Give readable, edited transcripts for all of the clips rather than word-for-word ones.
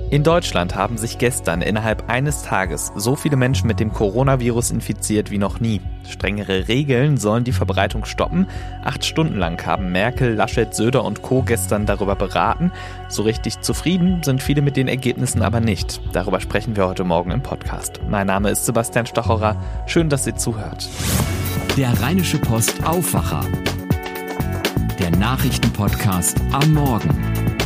In Deutschland haben sich gestern innerhalb eines Tages so viele Menschen mit dem Coronavirus infiziert wie noch nie. Strengere Regeln sollen die Verbreitung stoppen. 8 Stunden lang haben Merkel, Laschet, Söder und Co. gestern darüber beraten. So richtig zufrieden sind viele mit den Ergebnissen aber nicht. Darüber sprechen wir heute Morgen im Podcast. Mein Name ist Sebastian Stachorer. Schön, dass ihr zuhört. Der Rheinische Post Aufwacher. Der Nachrichtenpodcast am Morgen.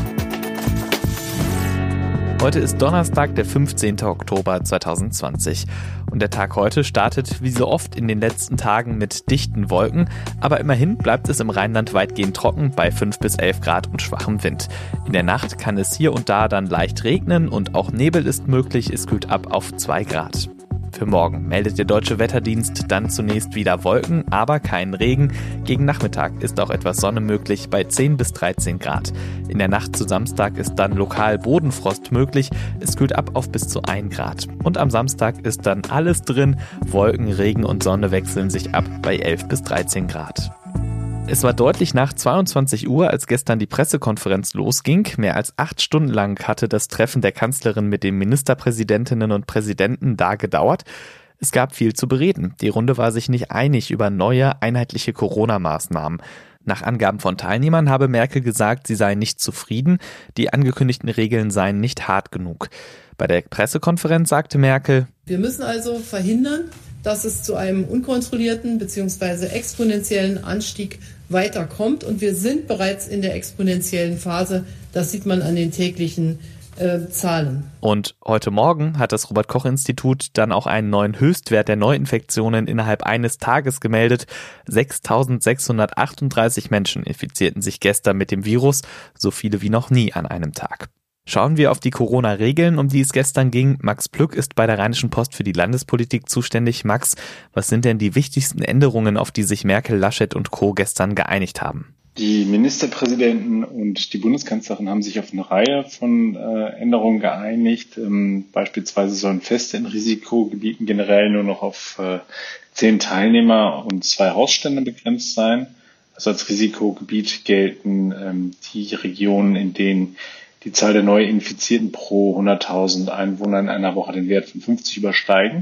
Heute ist Donnerstag, der 15. Oktober 2020. Und der Tag heute startet wie so oft in den letzten Tagen mit dichten Wolken. Aber immerhin bleibt es im Rheinland weitgehend trocken bei 5 bis 11 Grad und schwachem Wind. In der Nacht kann es hier und da dann leicht regnen und auch Nebel ist möglich. Es kühlt ab auf 2 Grad. Für morgen meldet der Deutsche Wetterdienst dann zunächst wieder Wolken, aber keinen Regen. Gegen Nachmittag ist auch etwas Sonne möglich bei 10 bis 13 Grad. In der Nacht zu Samstag ist dann lokal Bodenfrost möglich. Es kühlt ab auf bis zu 1 Grad. Und am Samstag ist dann alles drin. Wolken, Regen und Sonne wechseln sich ab bei 11 bis 13 Grad. Es war deutlich nach 22 Uhr, als gestern die Pressekonferenz losging. Mehr als 8 Stunden lang hatte das Treffen der Kanzlerin mit den Ministerpräsidentinnen und Präsidenten da gedauert. Es gab viel zu bereden. Die Runde war sich nicht einig über neue, einheitliche Corona-Maßnahmen. Nach Angaben von Teilnehmern habe Merkel gesagt, sie sei nicht zufrieden. Die angekündigten Regeln seien nicht hart genug. Bei der Pressekonferenz sagte Merkel: Wir müssen also verhindern, dass es zu einem unkontrollierten bzw. exponentiellen Anstieg weiterkommt. Und wir sind bereits in der exponentiellen Phase. Das sieht man an den täglichen Zahlen. Und heute Morgen hat das Robert-Koch-Institut dann auch einen neuen Höchstwert der Neuinfektionen innerhalb eines Tages gemeldet. 6.638 Menschen infizierten sich gestern mit dem Virus, so viele wie noch nie an einem Tag. Schauen wir auf die Corona-Regeln, um die es gestern ging. Max Plück ist bei der Rheinischen Post für die Landespolitik zuständig. Max, was sind denn die wichtigsten Änderungen, auf die sich Merkel, Laschet und Co. gestern geeinigt haben? Die Ministerpräsidenten und die Bundeskanzlerin haben sich auf eine Reihe von Änderungen geeinigt. Beispielsweise sollen Feste in Risikogebieten generell nur noch auf 10 Teilnehmer und 2 Hausstände begrenzt sein. Also als Risikogebiet gelten die Regionen, in denen die Zahl der Neuinfizierten pro 100.000 Einwohner in einer Woche den Wert von 50 übersteigen.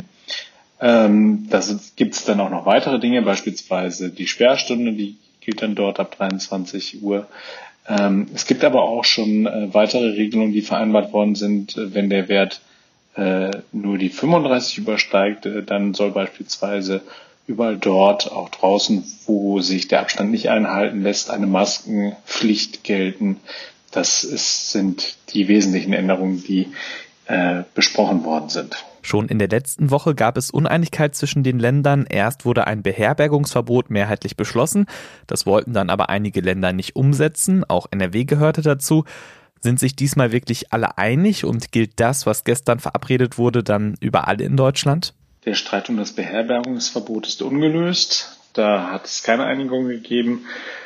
Das gibt es dann auch noch weitere Dinge, beispielsweise die Sperrstunde, die gilt dann dort ab 23 Uhr. Es gibt aber auch schon weitere Regelungen, die vereinbart worden sind. Wenn der Wert nur die 35 übersteigt, dann soll beispielsweise überall dort, auch draußen, wo sich der Abstand nicht einhalten lässt, eine Maskenpflicht gelten. Das sind die wesentlichen Änderungen, die besprochen worden sind. Schon in der letzten Woche gab es Uneinigkeit zwischen den Ländern. Erst wurde ein Beherbergungsverbot mehrheitlich beschlossen. Das wollten dann aber einige Länder nicht umsetzen. Auch NRW gehörte dazu. Sind sich diesmal wirklich alle einig und gilt das, was gestern verabredet wurde, dann überall in Deutschland? Der Streit um das Beherbergungsverbot ist ungelöst. Da hat es keine Einigung gegeben.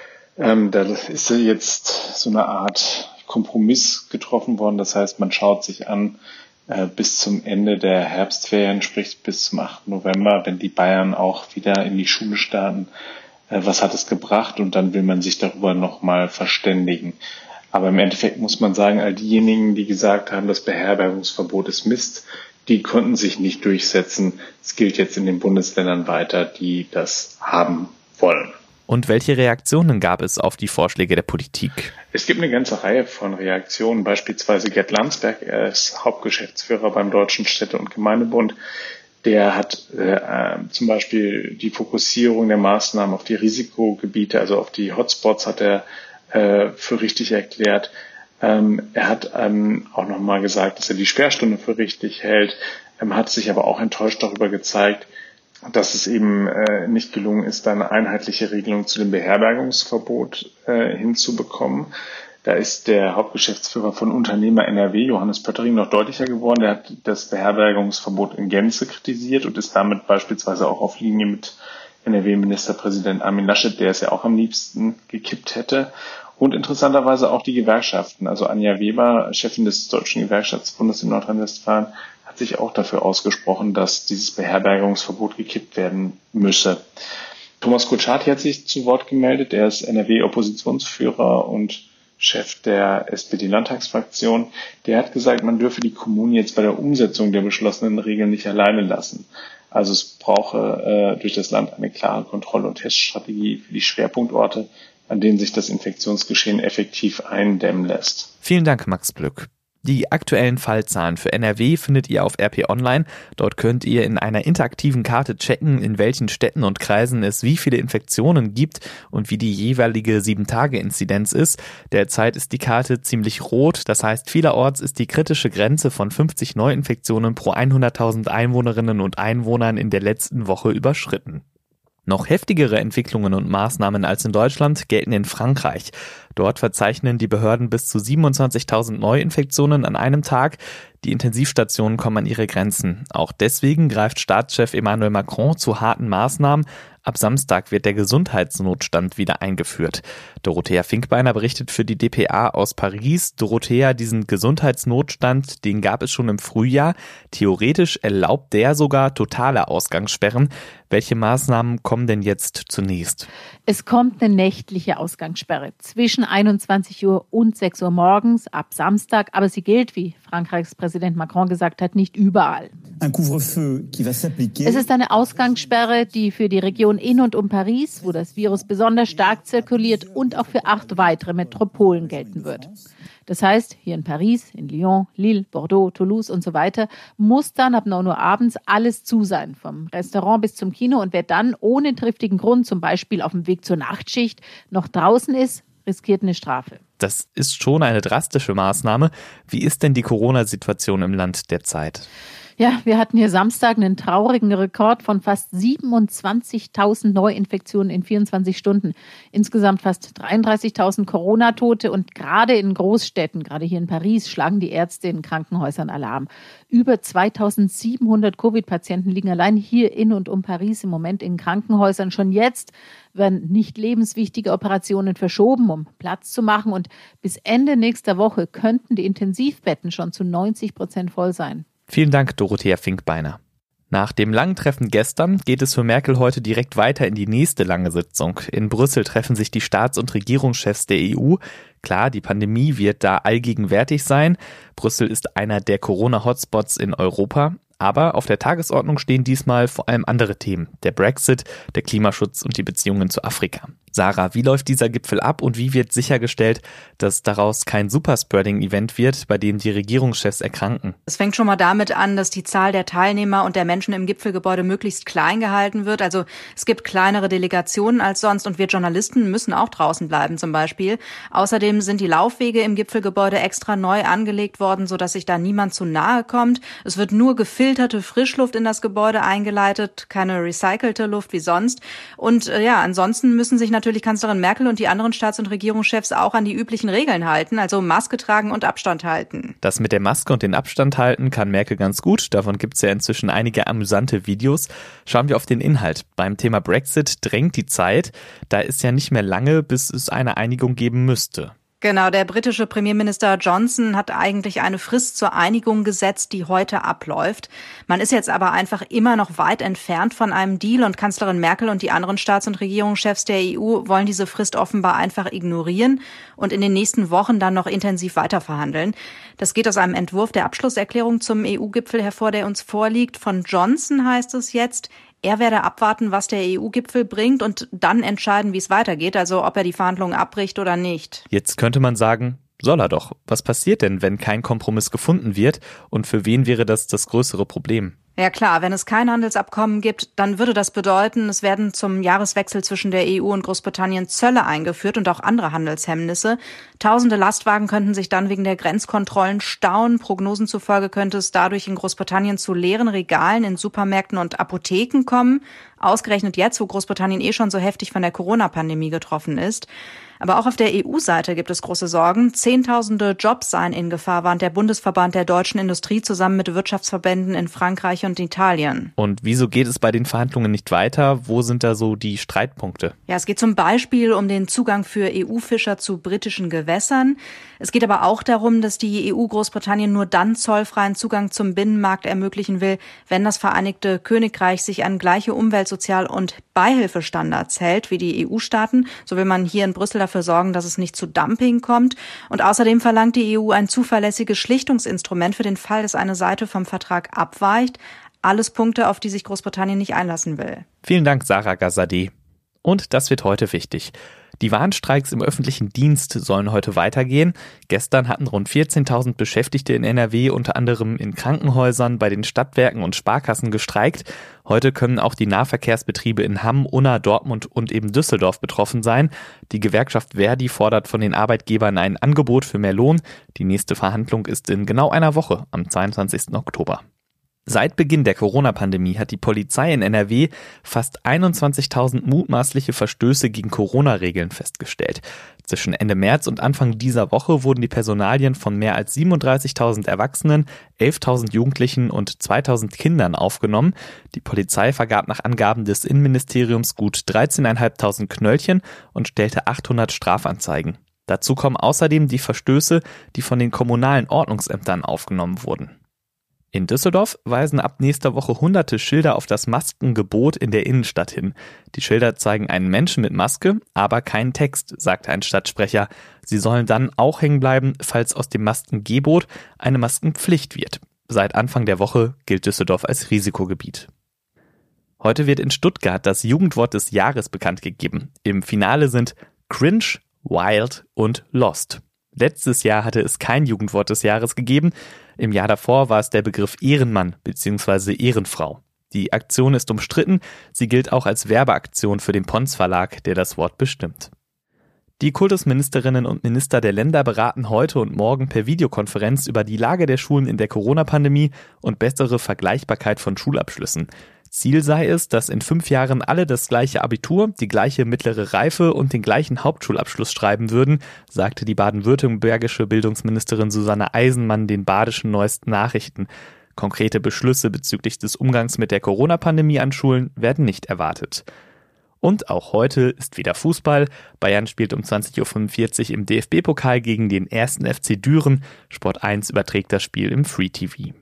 Da ist jetzt so eine Art Kompromiss getroffen worden. Das heißt, man schaut sich an, bis zum Ende der Herbstferien, sprich bis zum 8. November, wenn die Bayern auch wieder in die Schule starten, was hat es gebracht? Und dann will man sich darüber nochmal verständigen. Aber im Endeffekt muss man sagen, all diejenigen, die gesagt haben, das Beherbergungsverbot ist Mist, die konnten sich nicht durchsetzen. Es gilt jetzt in den Bundesländern weiter, die das haben wollen. Und welche Reaktionen gab es auf die Vorschläge der Politik? Es gibt eine ganze Reihe von Reaktionen, beispielsweise Gerd Landsberg, er ist Hauptgeschäftsführer beim Deutschen Städte- und Gemeindebund. Der hat zum Beispiel die Fokussierung der Maßnahmen auf die Risikogebiete, also auf die Hotspots, hat er für richtig erklärt. Er hat auch nochmal gesagt, dass er die Sperrstunde für richtig hält, hat sich aber auch enttäuscht darüber gezeigt, dass es eben nicht gelungen ist, da eine einheitliche Regelung zu dem Beherbergungsverbot hinzubekommen. Da ist der Hauptgeschäftsführer von Unternehmer NRW, Johannes Pöttering, noch deutlicher geworden. Der hat das Beherbergungsverbot in Gänze kritisiert und ist damit beispielsweise auch auf Linie mit NRW-Ministerpräsident Armin Laschet, der es ja auch am liebsten gekippt hätte. Und interessanterweise auch die Gewerkschaften. Also Anja Weber, Chefin des Deutschen Gewerkschaftsbundes in Nordrhein-Westfalen, hat sich auch dafür ausgesprochen, dass dieses Beherbergungsverbot gekippt werden müsse. Thomas Kutschaty hat sich zu Wort gemeldet. Er ist NRW-Oppositionsführer und Chef der SPD-Landtagsfraktion, der hat gesagt, man dürfe die Kommunen jetzt bei der Umsetzung der beschlossenen Regeln nicht alleine lassen. Also es brauche durch das Land eine klare Kontroll- und Teststrategie für die Schwerpunktorte, an denen sich das Infektionsgeschehen effektiv eindämmen lässt. Vielen Dank, Max Plück. Die aktuellen Fallzahlen für NRW findet ihr auf RP Online. Dort könnt ihr in einer interaktiven Karte checken, in welchen Städten und Kreisen es wie viele Infektionen gibt und wie die jeweilige 7-Tage-Inzidenz ist. Derzeit ist die Karte ziemlich rot, das heißt vielerorts ist die kritische Grenze von 50 Neuinfektionen pro 100.000 Einwohnerinnen und Einwohnern in der letzten Woche überschritten. Noch heftigere Entwicklungen und Maßnahmen als in Deutschland gelten in Frankreich. Dort verzeichnen die Behörden bis zu 27.000 Neuinfektionen an einem Tag. Die Intensivstationen kommen an ihre Grenzen. Auch deswegen greift Staatschef Emmanuel Macron zu harten Maßnahmen. Ab Samstag wird der Gesundheitsnotstand wieder eingeführt. Dorothea Finkbeiner berichtet für die dpa aus Paris. Dorothea, diesen Gesundheitsnotstand, den gab es schon im Frühjahr. Theoretisch erlaubt der sogar totale Ausgangssperren. Welche Maßnahmen kommen denn jetzt zunächst? Es kommt eine nächtliche Ausgangssperre zwischen 21 Uhr und 6 Uhr morgens ab Samstag. Aber sie gilt, wie Frankreichs Präsident Macron gesagt hat, nicht überall. Es ist eine Ausgangssperre, die für die Region in und um Paris, wo das Virus besonders stark zirkuliert, und auch für 8 weitere Metropolen gelten wird. Das heißt, hier in Paris, in Lyon, Lille, Bordeaux, Toulouse und so weiter, muss dann ab 9 Uhr abends alles zu sein, vom Restaurant bis zum Kino. Und wer dann ohne triftigen Grund, zum Beispiel auf dem Weg zur Nachtschicht, noch draußen ist, riskiert eine Strafe. Das ist schon eine drastische Maßnahme. Wie ist denn die Corona-Situation im Land derzeit? Ja, wir hatten hier Samstag einen traurigen Rekord von fast 27.000 Neuinfektionen in 24 Stunden. Insgesamt fast 33.000 Corona-Tote und gerade in Großstädten, gerade hier in Paris, schlagen die Ärzte in Krankenhäusern Alarm. Über 2.700 Covid-Patienten liegen allein hier in und um Paris im Moment in Krankenhäusern. Schon jetzt werden nicht lebenswichtige Operationen verschoben, um Platz zu machen. Und bis Ende nächster Woche könnten die Intensivbetten schon zu 90% voll sein. Vielen Dank, Dorothea Finkbeiner. Nach dem langen Treffen gestern geht es für Merkel heute direkt weiter in die nächste lange Sitzung. In Brüssel treffen sich die Staats- und Regierungschefs der EU. Klar, die Pandemie wird da allgegenwärtig sein. Brüssel ist einer der Corona-Hotspots in Europa. Aber auf der Tagesordnung stehen diesmal vor allem andere Themen. Der Brexit, der Klimaschutz und die Beziehungen zu Afrika. Sarah, wie läuft dieser Gipfel ab und wie wird sichergestellt, dass daraus kein Superspreading-Event wird, bei dem die Regierungschefs erkranken? Es fängt schon mal damit an, dass die Zahl der Teilnehmer und der Menschen im Gipfelgebäude möglichst klein gehalten wird. Also es gibt kleinere Delegationen als sonst und wir Journalisten müssen auch draußen bleiben zum Beispiel. Außerdem sind die Laufwege im Gipfelgebäude extra neu angelegt worden, sodass sich da niemand zu nahe kommt. Es wird nur gefilterte Frischluft in das Gebäude eingeleitet, keine recycelte Luft wie sonst. Und ansonsten müssen sich natürlich Kanzlerin Merkel und die anderen Staats- und Regierungschefs auch an die üblichen Regeln halten, also Maske tragen und Abstand halten. Das mit der Maske und den Abstand halten kann Merkel ganz gut. Davon gibt es ja inzwischen einige amüsante Videos. Schauen wir auf den Inhalt. Beim Thema Brexit drängt die Zeit. Da ist ja nicht mehr lange, bis es eine Einigung geben müsste. Genau, der britische Premierminister Johnson hat eigentlich eine Frist zur Einigung gesetzt, die heute abläuft. Man ist jetzt aber einfach immer noch weit entfernt von einem Deal und Kanzlerin Merkel und die anderen Staats- und Regierungschefs der EU wollen diese Frist offenbar einfach ignorieren und in den nächsten Wochen dann noch intensiv weiterverhandeln. Das geht aus einem Entwurf der Abschlusserklärung zum EU-Gipfel hervor, der uns vorliegt. Von Johnson heißt es jetzt, er werde abwarten, was der EU-Gipfel bringt und dann entscheiden, wie es weitergeht, also ob er die Verhandlungen abbricht oder nicht. Jetzt könnte man sagen, soll er doch. Was passiert denn, wenn kein Kompromiss gefunden wird und für wen wäre das größere Problem? Ja klar, wenn es kein Handelsabkommen gibt, dann würde das bedeuten, es werden zum Jahreswechsel zwischen der EU und Großbritannien Zölle eingeführt und auch andere Handelshemmnisse. Tausende Lastwagen könnten sich dann wegen der Grenzkontrollen stauen. Prognosen zufolge könnte es dadurch in Großbritannien zu leeren Regalen in Supermärkten und Apotheken kommen. Ausgerechnet jetzt, wo Großbritannien schon so heftig von der Corona-Pandemie getroffen ist. Aber auch auf der EU-Seite gibt es große Sorgen. Zehntausende Jobs seien in Gefahr, warnt der Bundesverband der deutschen Industrie zusammen mit Wirtschaftsverbänden in Frankreich und Italien. Und wieso geht es bei den Verhandlungen nicht weiter? Wo sind da so die Streitpunkte? Ja, es geht zum Beispiel um den Zugang für EU-Fischer zu britischen Gewässern. Es geht aber auch darum, dass die EU Großbritannien nur dann zollfreien Zugang zum Binnenmarkt ermöglichen will, wenn das Vereinigte Königreich sich an gleiche Umwelt- Sozial- und Beihilfestandards hält, wie die EU-Staaten. So will man hier in Brüssel dafür sorgen, dass es nicht zu Dumping kommt. Und außerdem verlangt die EU ein zuverlässiges Schlichtungsinstrument für den Fall, dass eine Seite vom Vertrag abweicht. Alles Punkte, auf die sich Großbritannien nicht einlassen will. Vielen Dank, Sarah Gazadeh. Und das wird heute wichtig. Die Warnstreiks im öffentlichen Dienst sollen heute weitergehen. Gestern hatten rund 14.000 Beschäftigte in NRW unter anderem in Krankenhäusern, bei den Stadtwerken und Sparkassen gestreikt. Heute können auch die Nahverkehrsbetriebe in Hamm, Unna, Dortmund und eben Düsseldorf betroffen sein. Die Gewerkschaft Verdi fordert von den Arbeitgebern ein Angebot für mehr Lohn. Die nächste Verhandlung ist in genau einer Woche, am 22. Oktober. Seit Beginn der Corona-Pandemie hat die Polizei in NRW fast 21.000 mutmaßliche Verstöße gegen Corona-Regeln festgestellt. Zwischen Ende März und Anfang dieser Woche wurden die Personalien von mehr als 37.000 Erwachsenen, 11.000 Jugendlichen und 2.000 Kindern aufgenommen. Die Polizei vergab nach Angaben des Innenministeriums gut 13.500 Knöllchen und stellte 800 Strafanzeigen. Dazu kommen außerdem die Verstöße, die von den kommunalen Ordnungsämtern aufgenommen wurden. In Düsseldorf weisen ab nächster Woche hunderte Schilder auf das Maskengebot in der Innenstadt hin. Die Schilder zeigen einen Menschen mit Maske, aber keinen Text, sagte ein Stadtsprecher. Sie sollen dann auch hängen bleiben, falls aus dem Maskengebot eine Maskenpflicht wird. Seit Anfang der Woche gilt Düsseldorf als Risikogebiet. Heute wird in Stuttgart das Jugendwort des Jahres bekannt gegeben. Im Finale sind Cringe, Wild und Lost. Letztes Jahr hatte es kein Jugendwort des Jahres gegeben. Im Jahr davor war es der Begriff Ehrenmann bzw. Ehrenfrau. Die Aktion ist umstritten. Sie gilt auch als Werbeaktion für den Pons Verlag, der das Wort bestimmt. Die Kultusministerinnen und Minister der Länder beraten heute und morgen per Videokonferenz über die Lage der Schulen in der Corona-Pandemie und bessere Vergleichbarkeit von Schulabschlüssen. Ziel sei es, dass in 5 Jahren alle das gleiche Abitur, die gleiche mittlere Reife und den gleichen Hauptschulabschluss schreiben würden, sagte die baden-württembergische Bildungsministerin Susanne Eisenmann den Badischen Neuesten Nachrichten. Konkrete Beschlüsse bezüglich des Umgangs mit der Corona-Pandemie an Schulen werden nicht erwartet. Und auch heute ist wieder Fußball. Bayern spielt um 20.45 Uhr im DFB-Pokal gegen den 1. FC Düren. Sport 1 überträgt das Spiel im Free TV.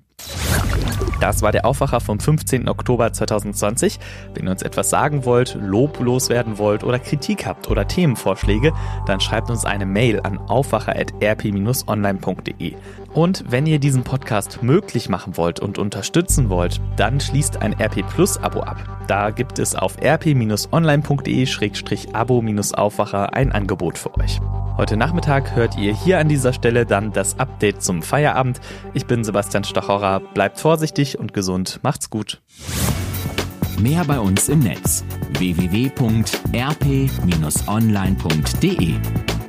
Das war der Aufwacher vom 15. Oktober 2020. Wenn ihr uns etwas sagen wollt, Lob loswerden wollt oder Kritik habt oder Themenvorschläge, dann schreibt uns eine Mail an aufwacher@rp-online.de. Und wenn ihr diesen Podcast möglich machen wollt und unterstützen wollt, dann schließt ein RP Plus Abo ab. Da gibt es auf rp-online.de/abo-aufwacher ein Angebot für euch. Heute Nachmittag hört ihr hier an dieser Stelle dann das Update zum Feierabend. Ich bin Sebastian Stachorer. Bleibt vorsichtig und gesund. Macht's gut. Mehr bei uns im Netz: www.rp-online.de